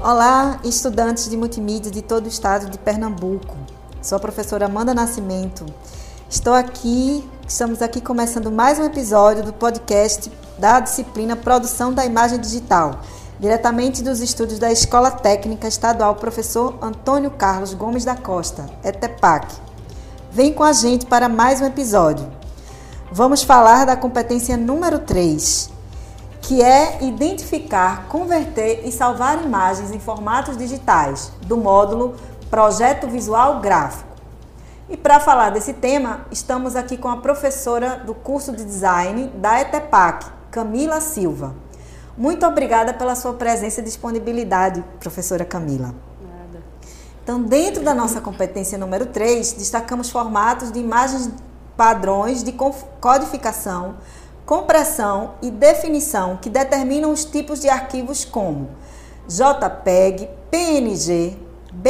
Olá, estudantes de multimídia de todo o estado de Pernambuco. Sou a professora Amanda Nascimento. Estamos aqui começando mais um episódio do podcast da disciplina Produção da Imagem Digital, diretamente dos estúdios da Escola Técnica Estadual Professor Antônio Carlos Gomes da Costa, ETEPAC. Vem com a gente para mais um episódio. Vamos falar da competência número 3, que é identificar, converter e salvar imagens em formatos digitais, do módulo Projeto Visual Gráfico. E para falar desse tema, estamos aqui com a professora do curso de Design da ETEPAC, Camila Silva. Muito obrigada pela sua presença e disponibilidade, professora Camila. Nada. Então, dentro da nossa competência número 3, destacamos formatos de imagens padrões de codificação, compressão e definição que determinam os tipos de arquivos como JPEG, PNG,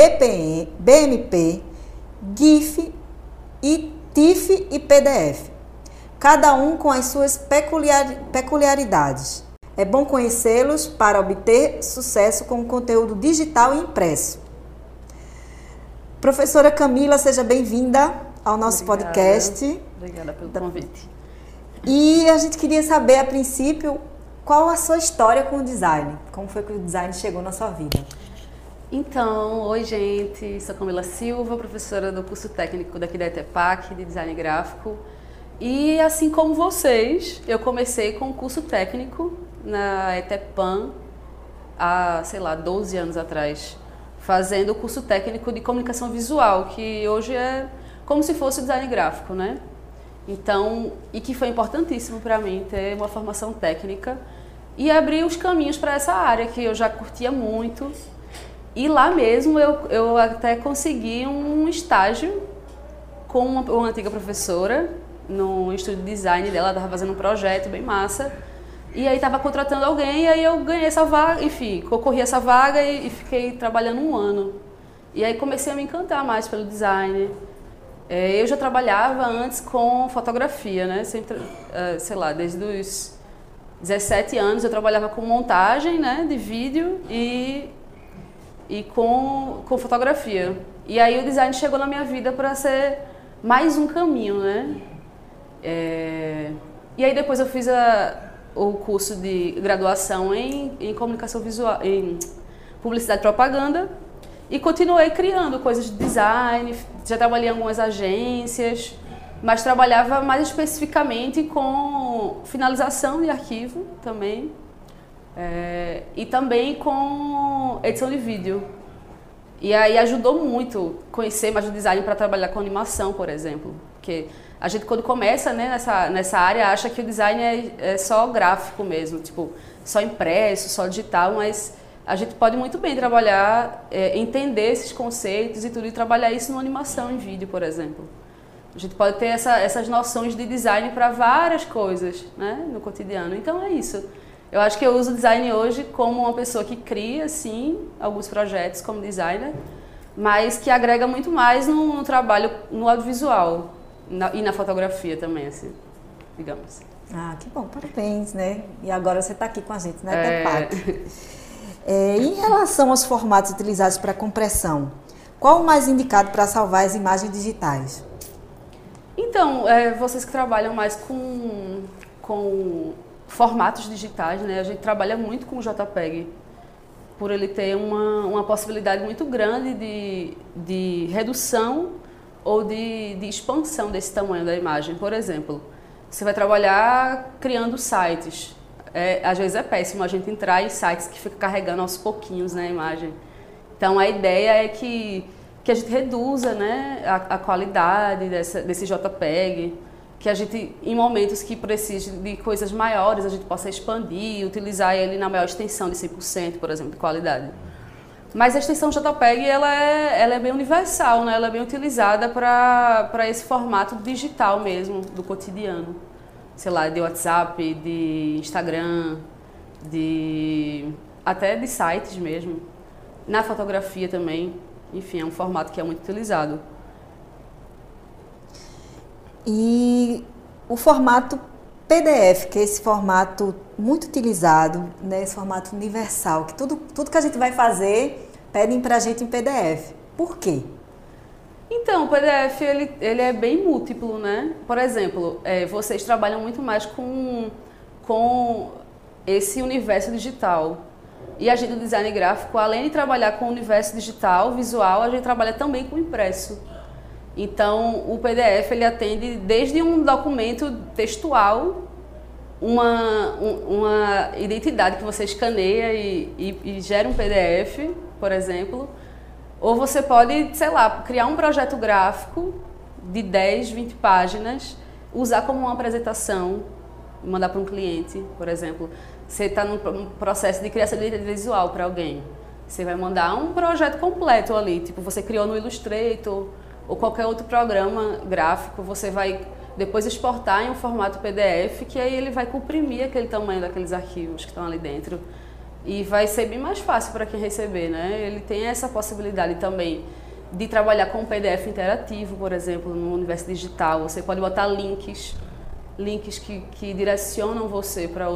BMP, GIF, e TIFF e PDF, cada um com as suas peculiaridades. É bom conhecê-los para obter sucesso com o conteúdo digital e impresso. Professora Camila, seja bem-vinda ao nosso podcast. Obrigada pelo convite. E a gente queria saber, a princípio, qual a sua história com o design? Como foi que o design chegou na sua vida? Então, oi gente, sou Camila Silva, professora do curso técnico daqui da ETEPAC, de Design Gráfico. E assim como vocês, eu comecei com um curso técnico na ETEPAN há, 12 anos atrás, fazendo o curso técnico de comunicação visual, que hoje é como se fosse o design gráfico, né? Então, e que foi importantíssimo para mim ter uma formação técnica e abrir os caminhos para essa área que eu já curtia muito. E lá mesmo eu até consegui um estágio com uma antiga professora no estúdio de design dela, estava fazendo um projeto bem massa. E aí estava contratando alguém e aí eu ganhei essa vaga, enfim, concorri essa vaga e fiquei trabalhando um ano. E aí comecei a me encantar mais pelo design. Eu já trabalhava antes com fotografia, né? Sempre, desde os 17 anos eu trabalhava com montagem, né, de vídeo e com fotografia. E aí o design chegou na minha vida para ser mais um caminho, né? E aí depois eu fiz o curso de graduação em comunicação visual, em publicidade e propaganda. E continuei criando coisas de design, já trabalhei em algumas agências, mas trabalhava mais especificamente com finalização de arquivo também, e também com edição de vídeo. E aí ajudou muito conhecer mais o design para trabalhar com animação, por exemplo. Porque a gente quando começa, né, nessa área acha que o design é só gráfico mesmo, tipo, só impresso, só digital, mas a gente pode muito bem trabalhar, entender esses conceitos e tudo, e trabalhar isso numa animação em vídeo, por exemplo. A gente pode ter essas noções de design para várias coisas, né, no cotidiano. Então é isso. Eu acho que eu uso o design hoje como uma pessoa que cria, sim, alguns projetos como designer, mas que agrega muito mais no trabalho no audiovisual e na fotografia também, assim, digamos. Ah, que bom, parabéns, né? E agora você está aqui com a gente, né, ETEPAC. Em relação aos formatos utilizados para compressão, qual o mais indicado para salvar as imagens digitais? Então, vocês que trabalham mais com formatos digitais, né? A gente trabalha muito com o JPEG, por ele ter uma possibilidade muito grande de redução ou de expansão desse tamanho da imagem. Por exemplo, você vai trabalhar criando sites. Às vezes é péssimo a gente entrar em sites que fica carregando aos pouquinhos, né, a imagem. Então a ideia é que a gente reduza, né, a qualidade desse JPEG, que a gente, em momentos que precise de coisas maiores, a gente possa expandir e utilizar ele na maior extensão de 100%, por exemplo, de qualidade. Mas a extensão JPEG ela é bem universal, né? Ela é bem utilizada para esse formato digital mesmo, do cotidiano. Sei lá, de WhatsApp, de Instagram, até de sites mesmo. Na fotografia também, enfim, é um formato que é muito utilizado. E o formato PDF, que é esse formato muito utilizado, né, esse formato universal, que tudo que a gente vai fazer pedem para a gente em PDF. Por quê? Então, o PDF ele é bem múltiplo, né? Por exemplo, vocês trabalham muito mais com esse universo digital. E a gente do design gráfico, além de trabalhar com o universo digital, visual, a gente trabalha também com impresso. Então, o PDF ele atende desde um documento textual, uma identidade que você escaneia e gera um PDF, por exemplo, ou você pode, sei lá, criar um projeto gráfico de 10, 20 páginas, usar como uma apresentação, mandar para um cliente, por exemplo. Você está num processo de criação de identidade visual para alguém. Você vai mandar um projeto completo ali, tipo você criou no Illustrator ou qualquer outro programa gráfico, você vai depois exportar em um formato PDF, que aí ele vai comprimir aquele tamanho daqueles arquivos que estão ali dentro. E vai ser bem mais fácil para quem receber, né? Ele tem essa possibilidade também de trabalhar com um PDF interativo, por exemplo, no universo digital. Você pode botar links que direcionam você para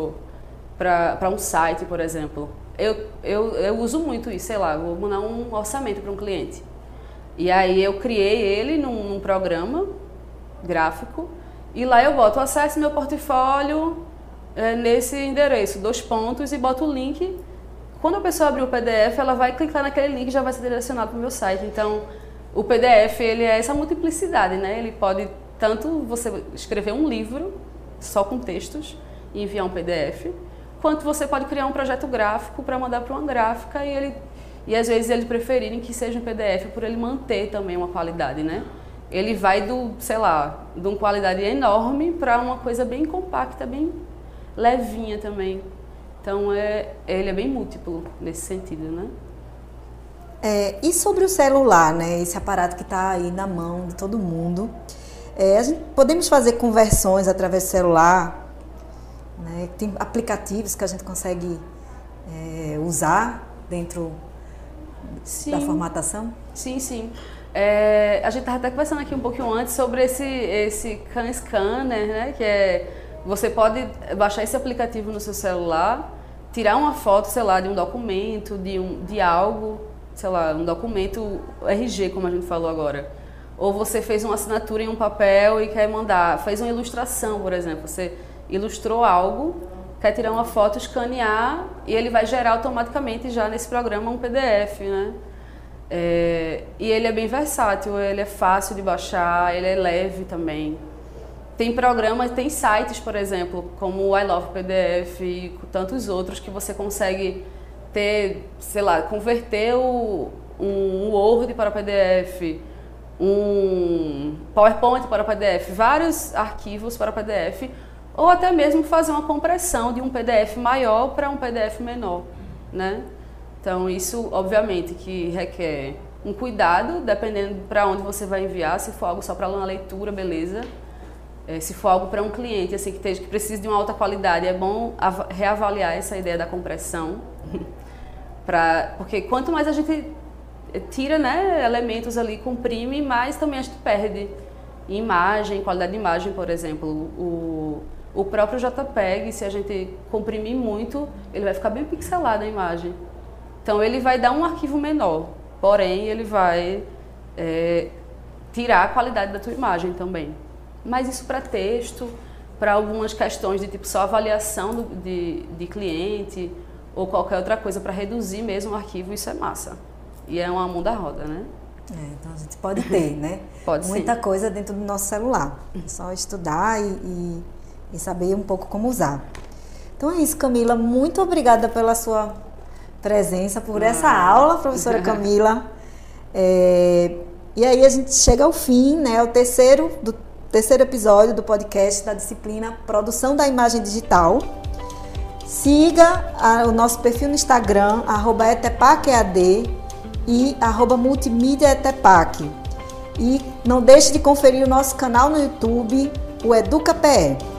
um site, por exemplo. Eu uso muito isso, sei lá, vou mandar um orçamento para um cliente. E aí eu criei ele num programa gráfico e lá eu boto acesse meu portfólio nesse endereço, 2 pontos, e boto o link. Quando a pessoa abrir o PDF, ela vai clicar naquele link e já vai ser direcionado para o meu site. Então, o PDF ele é essa multiplicidade, né? Ele pode tanto você escrever um livro só com textos e enviar um PDF, quanto você pode criar um projeto gráfico para mandar para uma gráfica e às vezes eles preferirem que seja um PDF por ele manter também uma qualidade, né? Ele vai sei lá, de uma qualidade enorme para uma coisa bem compacta, bem levinha também. Então ele é bem múltiplo nesse sentido, né? E sobre o celular, né? Esse aparato que está aí na mão de todo mundo. Podemos fazer conversões através do celular, né? Tem aplicativos que a gente consegue usar dentro da formatação? Sim, sim. A gente estava até conversando aqui um pouquinho antes sobre esse Can Scanner, né? Que você pode baixar esse aplicativo no seu celular, tirar uma foto, sei lá, de um documento, de algo, sei lá, um documento RG, como a gente falou agora. Ou você fez uma assinatura em um papel e quer mandar, fez uma ilustração, por exemplo, você ilustrou algo, quer tirar uma foto, escanear e ele vai gerar automaticamente já nesse programa um PDF, né? E ele é bem versátil, ele é fácil de baixar, ele é leve também. Tem programas, tem sites, por exemplo, como o I Love PDF e tantos outros que você consegue ter, sei lá, converter um Word para PDF, um PowerPoint para PDF, vários arquivos para PDF, ou até mesmo fazer uma compressão de um PDF maior para um PDF menor, né? Então isso, obviamente, que requer um cuidado, dependendo para onde você vai enviar. Se for algo só para uma leitura, beleza. Se for algo para um cliente assim, que precise de uma alta qualidade, é bom reavaliar essa ideia da compressão. Porque quanto mais a gente tira, né, elementos ali, comprime, mais também a gente perde imagem, qualidade de imagem, por exemplo. O próprio JPEG, se a gente comprimir muito, ele vai ficar bem pixelado a imagem. Então ele vai dar um arquivo menor, porém ele vai tirar a qualidade da tua imagem também. Mas isso para texto, para algumas questões de tipo só avaliação de cliente ou qualquer outra coisa para reduzir mesmo o arquivo, isso é massa. E é uma mão da roda, né? Então a gente pode ter, né? Pode muita sim. coisa dentro do nosso celular. É só estudar e saber um pouco como usar. Então é isso, Camila. Muito obrigada pela sua presença, por essa aula, professora Camila. E aí a gente chega ao fim, né? O terceiro episódio do podcast da disciplina Produção da Imagem Digital. Siga o nosso perfil no Instagram, @etepacead e @multimediaetepac. E não deixe de conferir o nosso canal no YouTube, o EducaPE.